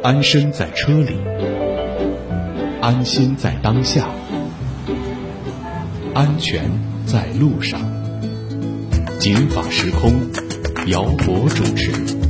安身在车里，安心在当下，安全在路上。警法时空，姚博主持。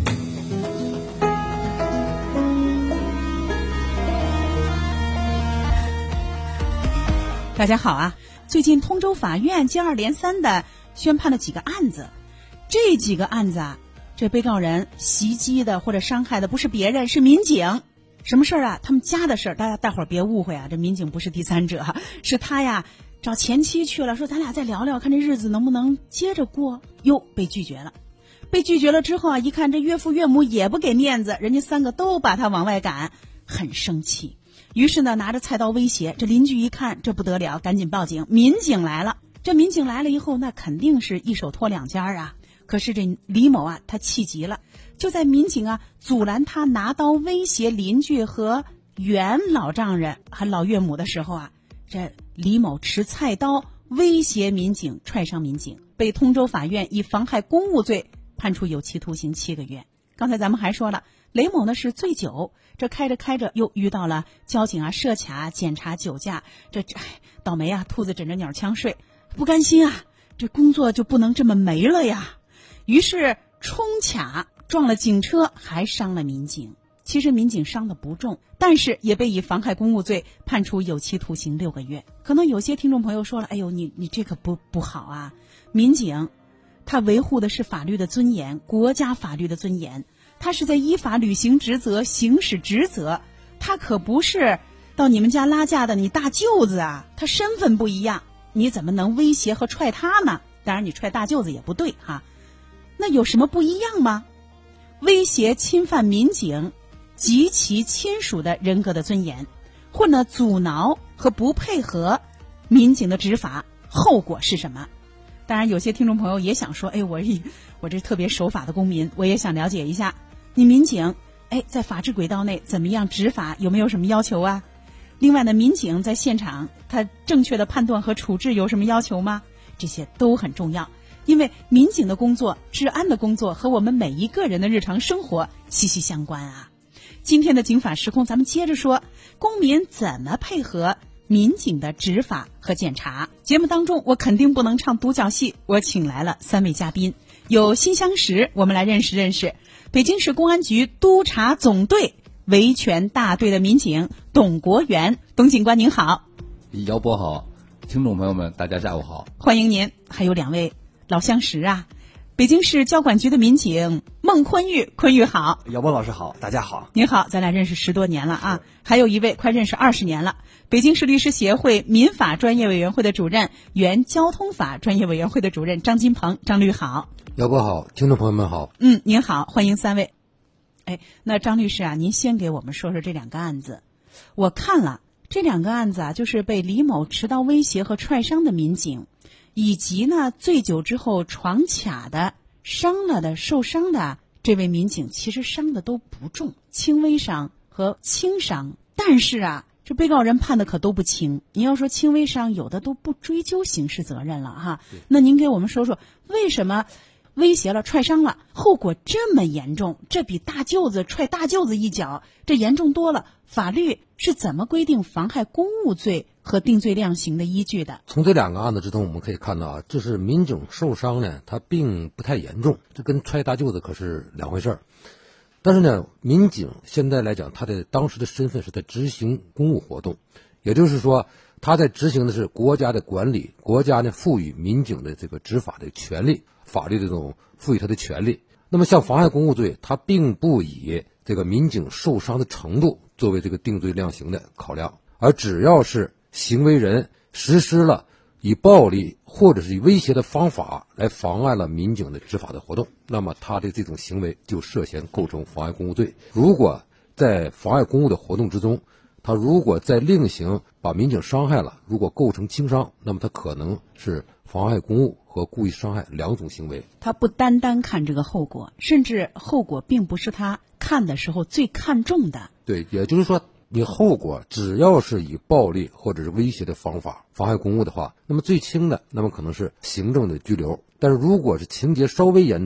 大家好啊！最近通州法院接二连三的宣判了几个案子，这几个案子啊，这被告人袭击的或者伤害的不是别人，是民警。什么事儿啊？他们家的事儿，大伙儿别误会啊，这民警不是第三者，是他呀找前妻去了，说咱俩再聊聊，看这日子能不能接着过。哟，被拒绝了。被拒绝了之后啊，一看这岳父岳母也不给面子，人家三个都把他往外赶，很生气。于是呢，拿着菜刀威胁，这邻居一看这不得了，赶紧报警。民警来了，这民警来了以后，那肯定是一手托两家啊。可是这李某啊，他气急了，就在民警啊阻拦他拿刀威胁邻居和原老丈人还老岳母的时候啊，这李某持菜刀威胁民警，踹伤民警，被通州法院以妨害公务罪判处有期徒刑7个月。刚才咱们还说了，雷某呢是醉酒，这开着开着又遇到了交警啊设卡检查酒驾，这倒霉啊，兔子枕着鸟枪睡，不甘心啊，这工作就不能这么没了呀。于是冲卡撞了警车，还伤了民警。其实民警伤得不重，但是也被以妨害公务罪判处有期徒刑6个月。可能有些听众朋友说了，哎呦，你这可不好啊！民警他维护的是法律的尊严，国家法律的尊严，他是在依法履行职责，行使职责，他可不是到你们家拉架的你大舅子啊，他身份不一样，你怎么能威胁和踹他呢？当然你踹大舅子也不对哈。那有什么不一样吗？威胁侵犯民警及其亲属的人格的尊严，或者阻挠和不配合民警的执法，后果是什么？当然有些听众朋友也想说，哎，我这特别守法的公民，我也想了解一下，你民警在法治轨道内怎么样执法，有没有什么要求啊？另外呢，民警在现场他正确的判断和处置有什么要求吗？这些都很重要，因为民警的工作，治安的工作和我们每一个人的日常生活息息相关啊。今天的警法时空，咱们接着说公民怎么配合民警的执法和检查。节目当中我肯定不能唱独角戏，我请来了3位嘉宾，有新相识，我们来认识认识北京市公安局督察总队维权大队的民警董国元。董警官您好。 姚博好，听众朋友们大家下午好。 欢迎您。还有2位老相识啊，北京市交管局的民警孟坤玉，坤玉好。 姚波老师好，大家好。 您好，咱俩认识10多年了啊。还有一位快认识20年了，北京市律师协会民法专业委员会的主任，原交通法专业委员会的主任张金鹏，张律好。 姚波好，听众朋友们好。 您好，欢迎3位。那张律师啊，您先给我们说说这2个案子。我看了这2个案子啊，就是被李某持刀威胁和踹伤的民警，以及呢醉酒之后闯卡的、伤了的、受伤的这位民警，其实伤的都不重，轻微伤和轻伤。但是啊，这被告人判的可都不轻。您要说轻微伤，有的都不追究刑事责任了哈。那您给我们说说，为什么威胁了、踹伤了，后果这么严重？这比大舅子踹大舅子一脚这严重多了。法律是怎么规定妨害公务罪和定罪量刑的依据的？ 从这2个案子之中我们可以看到啊，这是民警受伤呢，他并不太严重，这跟踹大舅子可是2回事儿。但是呢，民警现在来讲，他的当时的身份是在执行公务活动，也就是说他在执行的是国家的管理，国家呢赋予民警的这个执法的权利，法律这种赋予他的权利。那么像妨害公务罪，它并不以这个民警受伤的程度作为这个定罪量刑的考量，而只要是行为人实施了以暴力或者是以威胁的方法来妨碍了民警的执法的活动，那么他的这种行为就涉嫌构成妨碍公务罪。如果在妨碍公务的活动之中，他如果在另行把民警伤害了，如果构成轻伤，那么他可能是妨害公务和故意伤害2种行为。 他不单单看这个后果，甚至后果并不是他看的时候最看重的。 对，也就是说你后果只要是以暴力或者是威胁的方法妨害公务的话，那么最轻的那么可能是行政的拘留，但是如果是情节稍微严重的，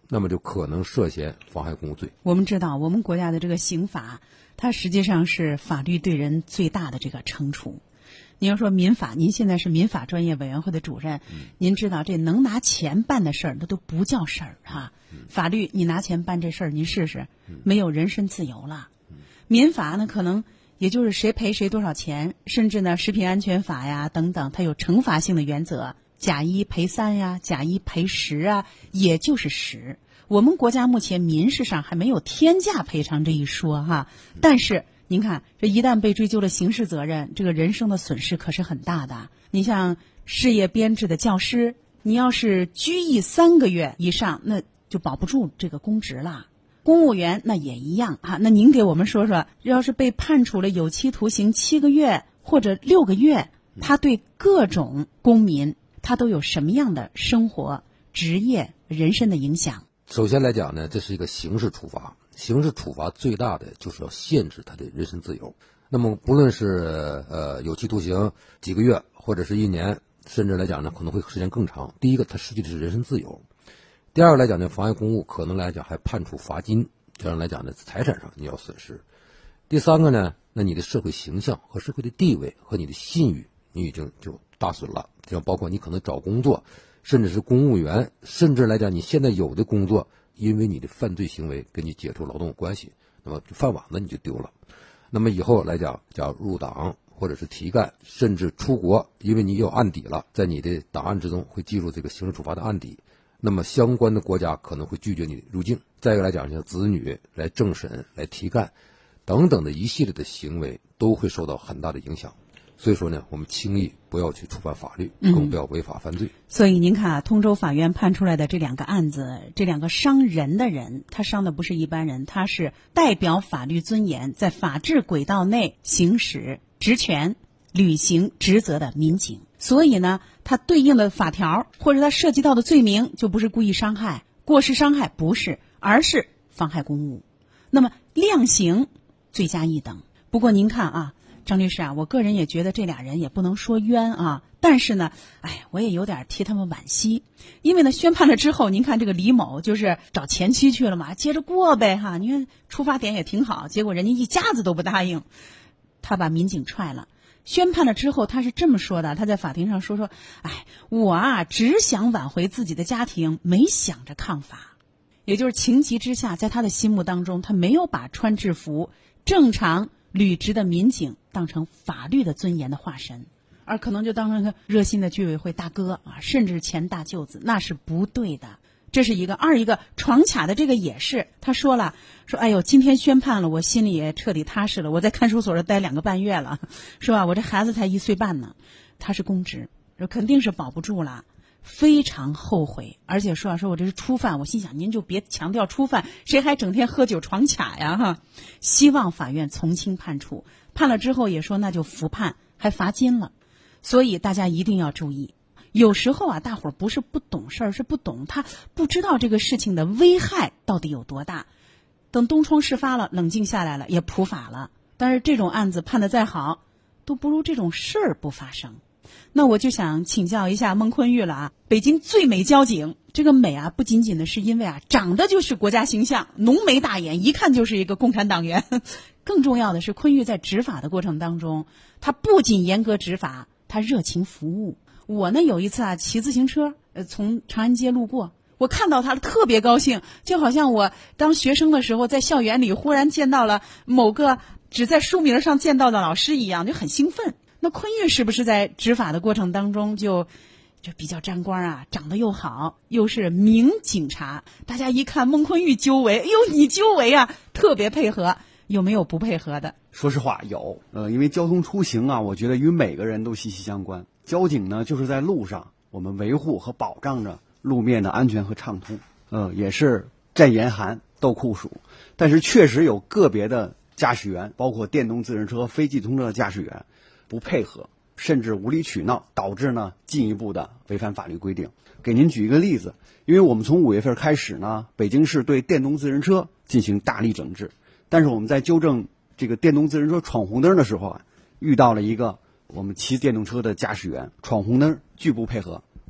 那么就可能涉嫌妨害公务罪。 我们知道，我们国家的这个刑法，它实际上是法律对人最大的这个惩处。你要说民法，您现在是民法专业委员会的主任，您知道这能拿钱办的事儿，那都不叫事儿哈。法律你拿钱办这事儿，您试试，没有人身自由了。民法呢，可能也就是谁赔谁多少钱，甚至呢，食品安全法呀等等，它有惩罚性的原则，假一赔三呀，假一赔十啊，也就是十。我们国家目前民事上还没有天价赔偿这一说哈，但是您看，这一旦被追究了刑事责任，这个人生的损失可是很大的。你像事业编制的教师，你要是拘役3个月以上，那就保不住这个公职了。公务员那也一样啊。那您给我们说说，要是被判处了有期徒刑7个月或者6个月，他对各种公民他都有什么样的生活、职业、人身的影响？ 首先来讲呢，这是一个刑事处罚，刑事处罚最大的就是要限制他的人身自由。那么不论是有期徒刑几个月，或者是1年，甚至来讲呢可能会时间更长。第一个，他失去的是人身自由；第二个来讲呢，妨碍公务可能来讲还判处罚金，这样来讲呢财产上你要损失；第三个呢，那你的社会形象和社会的地位和你的信誉你已经就大损了，这包括你可能找工作，甚至是公务员，甚至来讲你现在有的工作因为你的犯罪行为跟你解除劳动关系，那么饭碗子你就丢了。那么以后来讲，叫入党或者是提干，甚至出国，因为你有案底了，在你的档案之中会记入这个刑事处罚的案底，那么相关的国家可能会拒绝你入境。再一个来讲，像子女来政审、来提干等等的一系列的行为都会受到很大的影响。所以说呢，我们轻易不要去触犯法律，更不要违法犯罪。 所以您看啊，通州法院判出来的这2个案子，这2个伤人的人，他伤的不是一般人，他是代表法律尊严，在法治轨道内行使职权、履行职责的民警。所以呢，他对应的法条或者他涉及到的罪名，就不是故意伤害、过失伤害，不是，而是妨害公务。那么量刑罪加一等。不过您看啊，张律师啊，我个人也觉得这俩人也不能说冤啊，但是呢，我也有点替他们惋惜，因为呢，宣判了之后，您看这个李某就是找前妻去了嘛，接着过呗哈，你看出发点也挺好，结果人家一家子都不答应，他把民警踹了。宣判了之后，他是这么说的，他在法庭上说，我啊只想挽回自己的家庭，没想着抗法，也就是情急之下，在他的心目当中，他没有把穿制服正常履职的民警当成法律的尊严的化身，而可能就当成个热心的居委会大哥啊，甚至前大舅子，那是不对的。这是一个。二一个闯卡的这个也是，他说了，哎呦，今天宣判了，我心里也彻底踏实了，我在看守所这待2个半月了，是吧？我这孩子才1岁半呢，他是公职，肯定是保不住了，非常后悔。而且说我这是初犯，我心想您就别强调初犯，谁还整天喝酒闯卡呀哈？希望法院从轻判处，判了之后也说那就服判，还罚金了。所以大家一定要注意，有时候啊，大伙儿不是不懂事儿，是不懂，他不知道这个事情的危害到底有多大。等东窗事发了，冷静下来了，也普法了，但是这种案子判得再好，都不如这种事儿不发生。那我就想请教一下孟昆玉了啊，北京最美交警，这个美啊，不仅仅的是因为啊长得就是国家形象，浓眉大眼，一看就是一个共产党员。更重要的是，昆玉在执法的过程当中，他不仅严格执法，他热情服务。我呢有一次啊骑自行车从长安街路过，我看到他特别高兴，就好像我当学生的时候在校园里忽然见到了某个只在书名上见到的老师一样，就很兴奋。那昆玉是不是在执法的过程当中就比较沾光啊，长得又好，又是名警察，大家一看孟昆玉纠围，哎呦你纠围啊，特别配合。有没有不配合的？ 说实话有，因为交通出行啊，我觉得与每个人都息息相关。交警呢，就是在路上，我们维护和保障着路面的安全和畅通，也是战严寒斗酷暑。但是确实有个别的驾驶员，包括电动自行车、非机动车的驾驶员不配合，甚至无理取闹，导致呢进一步的违反法律规定。给您举一个例子，因为我们从5月份开始呢，北京市对电动自行车进行大力整治，但是我们在纠正这个电动自行车闯红灯的时候啊，遇到了一个我们骑电动车的驾驶员闯红灯拒不配合，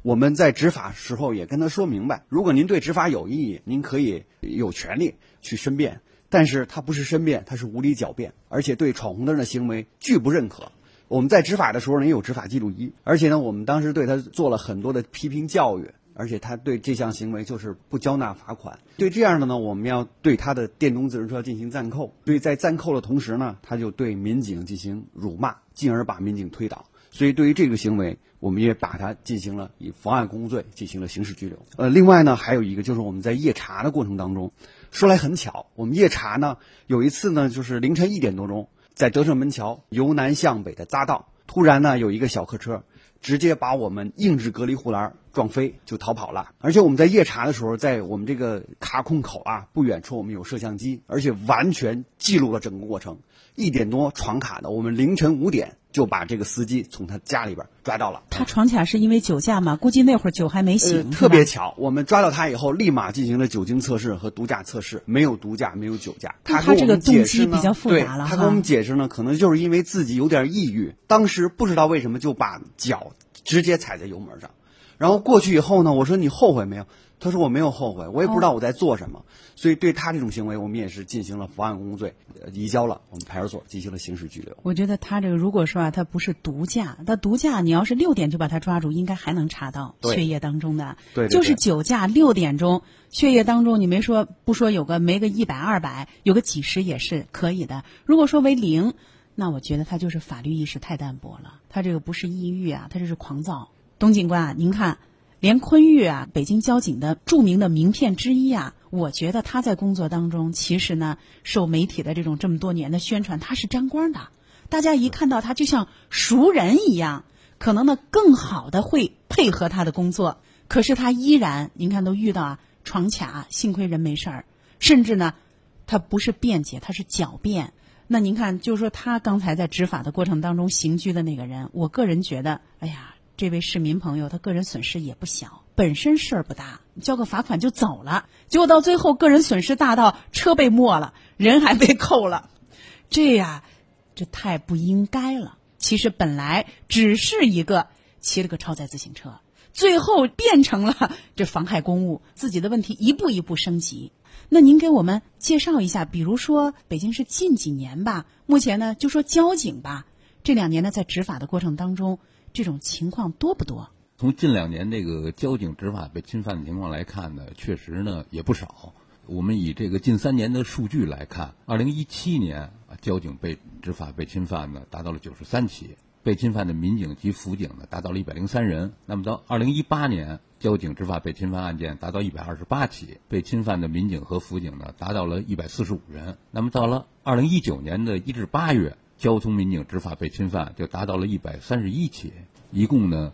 我们在执法时候也跟他说明白，如果您对执法有异议，您可以有权利去申辩，但是他不是申辩，他是无理狡辩，而且对闯红灯的行为拒不认可。我们在执法的时候呢，也有执法记录仪，而且呢，我们当时对他做了很多的批评教育，而且他对这项行为就是不交纳罚款。对这样的呢，我们要对他的电动自行车进行暂扣。对，在暂扣的同时呢，他就对民警进行辱骂，进而把民警推倒。所以对于这个行为，我们也把他进行了以妨碍公务罪进行了刑事拘留。另外呢，还有一个就是我们在夜查的过程当中，说来很巧，我们夜查呢有一次呢，就是凌晨1点多钟，在德胜门桥由南向北的匝道，突然呢有一个小客车直接把我们硬质隔离护栏撞飞就逃跑了。而且我们在夜查的时候，在我们这个卡控口啊不远处我们有摄像机，而且完全记录了整个过程。1点多闯卡的，我们凌晨5点就把这个司机从他家里边抓到了。 他闯卡是因为酒驾吗？估计那会儿酒还没醒。 特别巧，我们抓到他以后，立马进行了酒精测试和毒驾测试，没有毒驾，没有酒驾。 他这个动机比较复杂了。 他跟我们解释呢，可能就是因为自己有点抑郁，当时不知道为什么就把脚直接踩在油门上。然后过去以后呢，我说你后悔没有？他说我没有后悔，我也不知道我在做什么。所以对他这种行为，我们也是进行了妨碍公务罪，移交了我们派出所进行了刑事拘留。 我觉得他这个如果说他不是毒驾，他毒驾你要是6点就把他抓住，应该还能查到血液当中的。 对， 就是酒驾6点钟血液当中，你没说不说有个没个100、200，有个几十也是可以的。如果说为0，那我觉得他就是法律意识太淡薄了，他这个不是抑郁啊，他这是狂躁。董警官啊，您看。连昆玉啊，北京交警的著名的名片之一啊，我觉得他在工作当中，其实呢，受媒体的这么多年的宣传，他是沾光的。大家一看到他就像熟人一样，可能呢更好的会配合他的工作。可是他依然，您看都遇到闯卡，幸亏人没事儿，甚至呢，他不是辩解，他是狡辩。那您看，就是说他刚才在执法的过程当中刑拘的那个人，我个人觉得，哎呀。这位市民朋友他个人损失也不小，本身事儿不大，交个罚款就走了，结果到最后个人损失大到车被没了，人还被扣了，这太不应该了。其实本来只是一个骑了个超载自行车，最后变成了这妨害公务，自己的问题一步一步升级。那您给我们介绍一下，比如说北京市近几年吧，目前呢就说交警吧，这2年呢在执法的过程当中，这种情况多不多？ 从近2年这个交警执法被侵犯的情况来看呢，确实呢也不少。我们以这个近3年的数据来看，2017年交警被执法被侵犯呢达到了93起，被侵犯的民警及辅警呢达到了103人。那么到2018年，交警执法被侵犯案件达到128起，被侵犯的民警和辅警呢达到了145人。那么到了2019年的1至8月，交通民警执法被侵犯就达到了131起，一共呢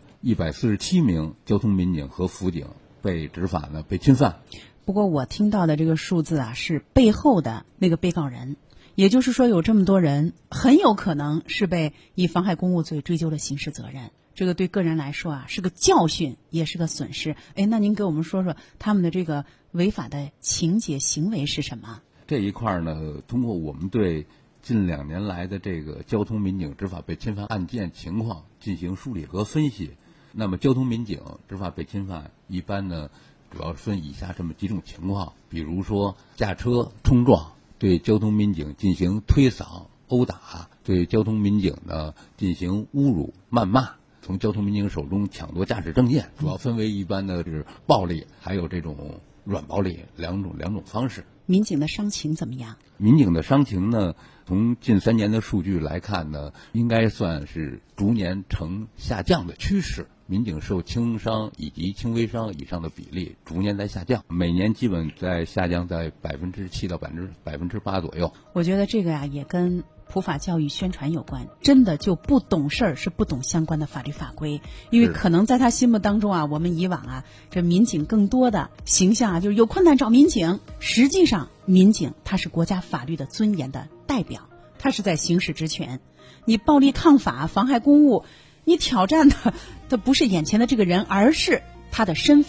147名交通民警和辅警被执法呢被侵犯。 不过我听到的这个数字啊，是背后的那个被告人，也就是说有这么多人，很有可能是被以妨害公务罪追究了刑事责任。这个对个人来说啊，是个教训，也是个损失。那您给我们说说他们的这个违法的情节行为是什么？ 这一块呢，通过我们对近2年来的这个交通民警执法被侵犯案件情况进行梳理和分析。那么交通民警执法被侵犯一般呢主要分以下这么几种情况，比如说驾车冲撞，对交通民警进行推搡殴打，对交通民警呢进行侮辱谩骂，从交通民警手中抢夺驾驶证件，主要分为一般的是暴力还有这种软暴力两种方式。 民警的伤情怎么样？ 民警的伤情呢，从近3年的数据来看呢，应该算是逐年呈下降的趋势。民警受轻伤以及轻微伤以上的比例逐年在下降，每年基本在下降在7%到8%左右。 我觉得这个呀，也跟普法教育宣传有关。真的就不懂事儿，是不懂相关的法律法规，因为可能在他心目当中啊，我们以往啊，这民警更多的形象啊，就是有困难找民警。实际上，民警他是国家法律的尊严的代表，他是在行使职权。你暴力抗法、妨害公务，你挑战的不是眼前的这个人，而是他的身份，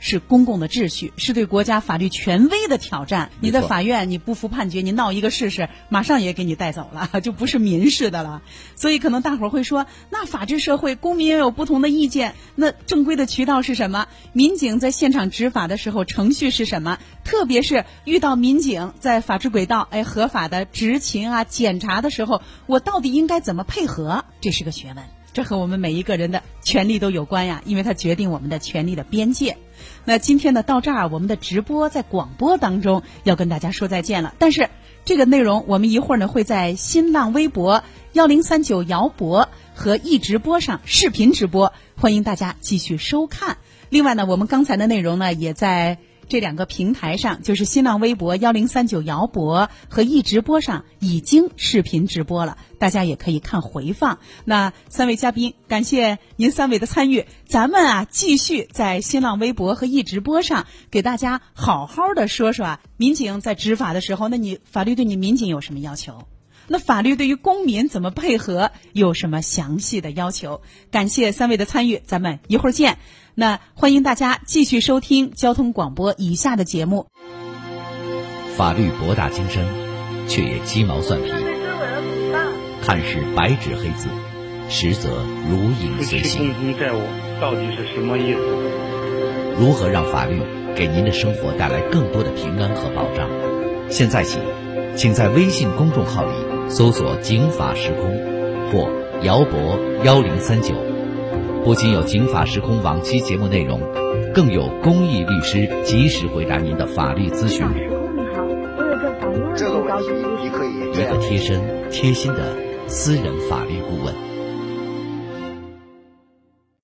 是公共的秩序，是对国家法律权威的挑战。你在法院你不服判决，你闹一个试试，马上也给你带走了，就不是民事的了。所以可能大伙儿会说，那法治社会公民也有不同的意见，那正规的渠道是什么？民警在现场执法的时候程序是什么？特别是遇到民警在法治轨道合法的执勤啊检查的时候，我到底应该怎么配合？这是个学问，这和我们每一个人的权利都有关呀，因为它决定我们的权利的边界。那今天呢，到这儿我们的直播在广播当中要跟大家说再见了，但是这个内容我们一会儿呢会在新浪微博1039摇博和易直播上视频直播，欢迎大家继续收看。另外呢，我们刚才的内容呢也在这两个平台上，就是新浪微博1039摇博和易直播上已经视频直播了，大家也可以看回放。那三位嘉宾，感谢您三位的参与，咱们继续在新浪微博和易直播上给大家好好的说说民警在执法的时候，那你法律对你民警有什么要求？那法律对于公民怎么配合有什么详细的要求？感谢三位的参与，咱们一会儿见。那欢迎大家继续收听交通广播以下的节目。 法律博大精深，却也鸡毛蒜皮，看似白纸黑字，实则如影随形。 公平债务到底是什么意思？ 如何让法律给您的生活带来更多的平安和保障？现在起，请在微信公众号里搜索警法时空或摇博1039，不仅有警法时空往期节目内容，更有公益律师及时回答您的法律咨询。 时空你好，我有个法律问题，高级律师， 一个贴身贴心的私人法律顾问。